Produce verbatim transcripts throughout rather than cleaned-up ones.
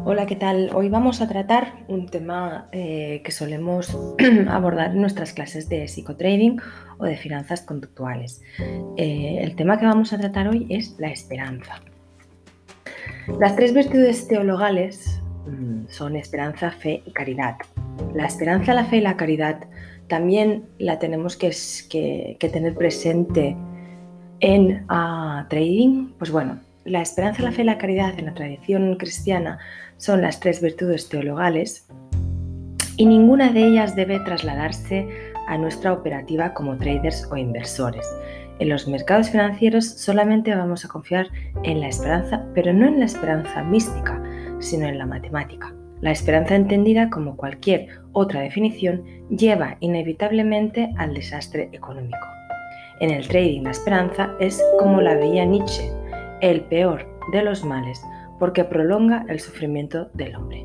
Hola, ¿qué tal? Hoy vamos a tratar un tema eh, que solemos abordar en nuestras clases de psicotrading o de finanzas conductuales. Eh, el tema que vamos a tratar hoy es la esperanza. Las tres virtudes teologales mm, son esperanza, fe y caridad. La esperanza, la fe y la caridad también la tenemos que, que, que tener presente en uh, trading. Pues bueno, la esperanza, la fe y la caridad en la tradición cristiana son las tres virtudes teologales y ninguna de ellas debe trasladarse a nuestra operativa como traders o inversores. En los mercados financieros solamente vamos a confiar en la esperanza, pero no en la esperanza mística, sino en la matemática. La esperanza, entendida como cualquier otra definición, lleva inevitablemente al desastre económico. En el trading, la esperanza es, como la veía Nietzsche, el peor de los males, porque prolonga el sufrimiento del hombre.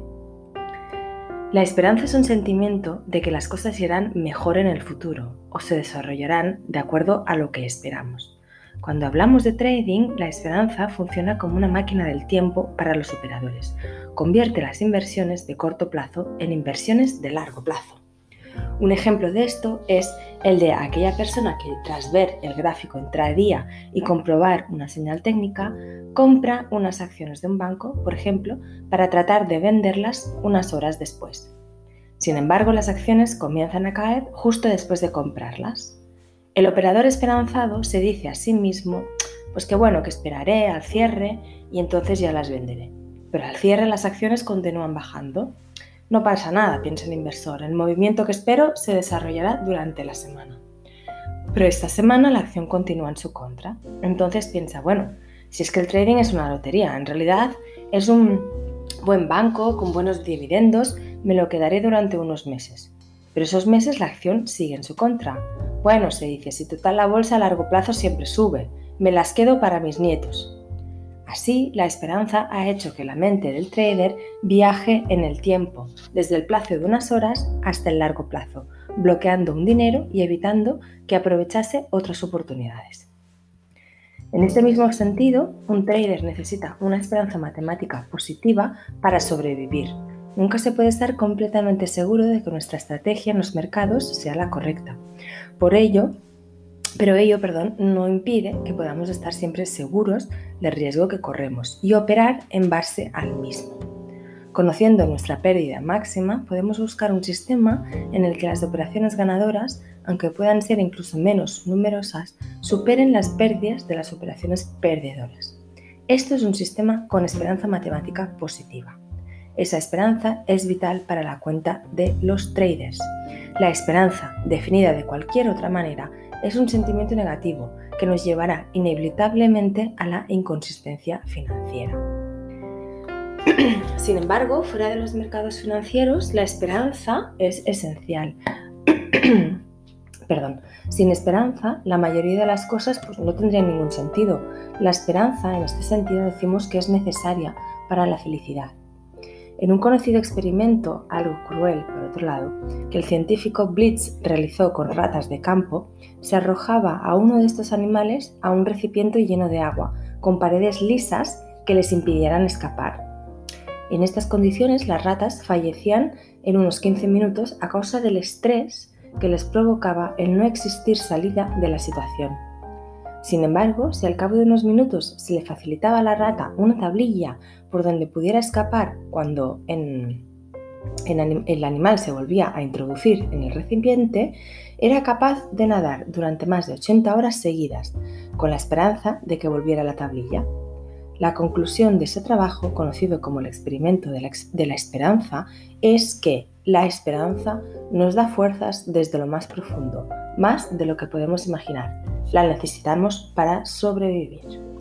La esperanza es un sentimiento de que las cosas irán mejor en el futuro o se desarrollarán de acuerdo a lo que esperamos. Cuando hablamos de trading, la esperanza funciona como una máquina del tiempo para los operadores. Convierte las inversiones de corto plazo en inversiones de largo plazo. Un ejemplo de esto es el de aquella persona que, tras ver el gráfico intradía y comprobar una señal técnica, compra unas acciones de un banco, por ejemplo, para tratar de venderlas unas horas después. Sin embargo, las acciones comienzan a caer justo después de comprarlas. El operador esperanzado se dice a sí mismo, pues que bueno, que esperaré al cierre y entonces ya las venderé. Pero al cierre las acciones continúan bajando. No pasa nada, piensa el inversor, el movimiento que espero se desarrollará durante la semana. Pero esta semana la acción continúa en su contra. Entonces piensa, bueno, si es que el trading es una lotería, en realidad es un buen banco con buenos dividendos, me lo quedaré durante unos meses. Pero esos meses la acción sigue en su contra. Bueno, se dice, si total la bolsa a largo plazo siempre sube, me las quedo para mis nietos. Así, la esperanza ha hecho que la mente del trader viaje en el tiempo, desde el plazo de unas horas hasta el largo plazo, bloqueando un dinero y evitando que aprovechase otras oportunidades. En este mismo sentido, un trader necesita una esperanza matemática positiva para sobrevivir. Nunca se puede estar completamente seguro de que nuestra estrategia en los mercados sea la correcta. Por ello, Pero ello perdón, no impide que podamos estar siempre seguros del riesgo que corremos y operar en base al mismo. Conociendo nuestra pérdida máxima, podemos buscar un sistema en el que las operaciones ganadoras, aunque puedan ser incluso menos numerosas, superen las pérdidas de las operaciones perdedoras. Esto es un sistema con esperanza matemática positiva. Esa esperanza es vital para la cuenta de los traders. La esperanza, definida de cualquier otra manera, es un sentimiento negativo que nos llevará inevitablemente a la inconsistencia financiera. Sin embargo, fuera de los mercados financieros, la esperanza es esencial. Perdón. Sin esperanza, la mayoría de las cosas pues, no tendrían ningún sentido. La esperanza, en este sentido, decimos que es necesaria para la felicidad. En un conocido experimento, algo cruel por otro lado, que el científico Blitz realizó con ratas de campo, se arrojaba a uno de estos animales a un recipiente lleno de agua, con paredes lisas que les impidieran escapar. En estas condiciones, las ratas fallecían en unos quince minutos a causa del estrés que les provocaba el no existir salida de la situación. Sin embargo, si al cabo de unos minutos se le facilitaba a la rata una tablilla por donde pudiera escapar cuando en, en, el animal se volvía a introducir en el recipiente, era capaz de nadar durante más de ochenta horas seguidas, con la esperanza de que volviera la tablilla. La conclusión de ese trabajo, conocido como el experimento de la, de la esperanza, es que la esperanza nos da fuerzas desde lo más profundo, más de lo que podemos imaginar. La necesitamos para sobrevivir.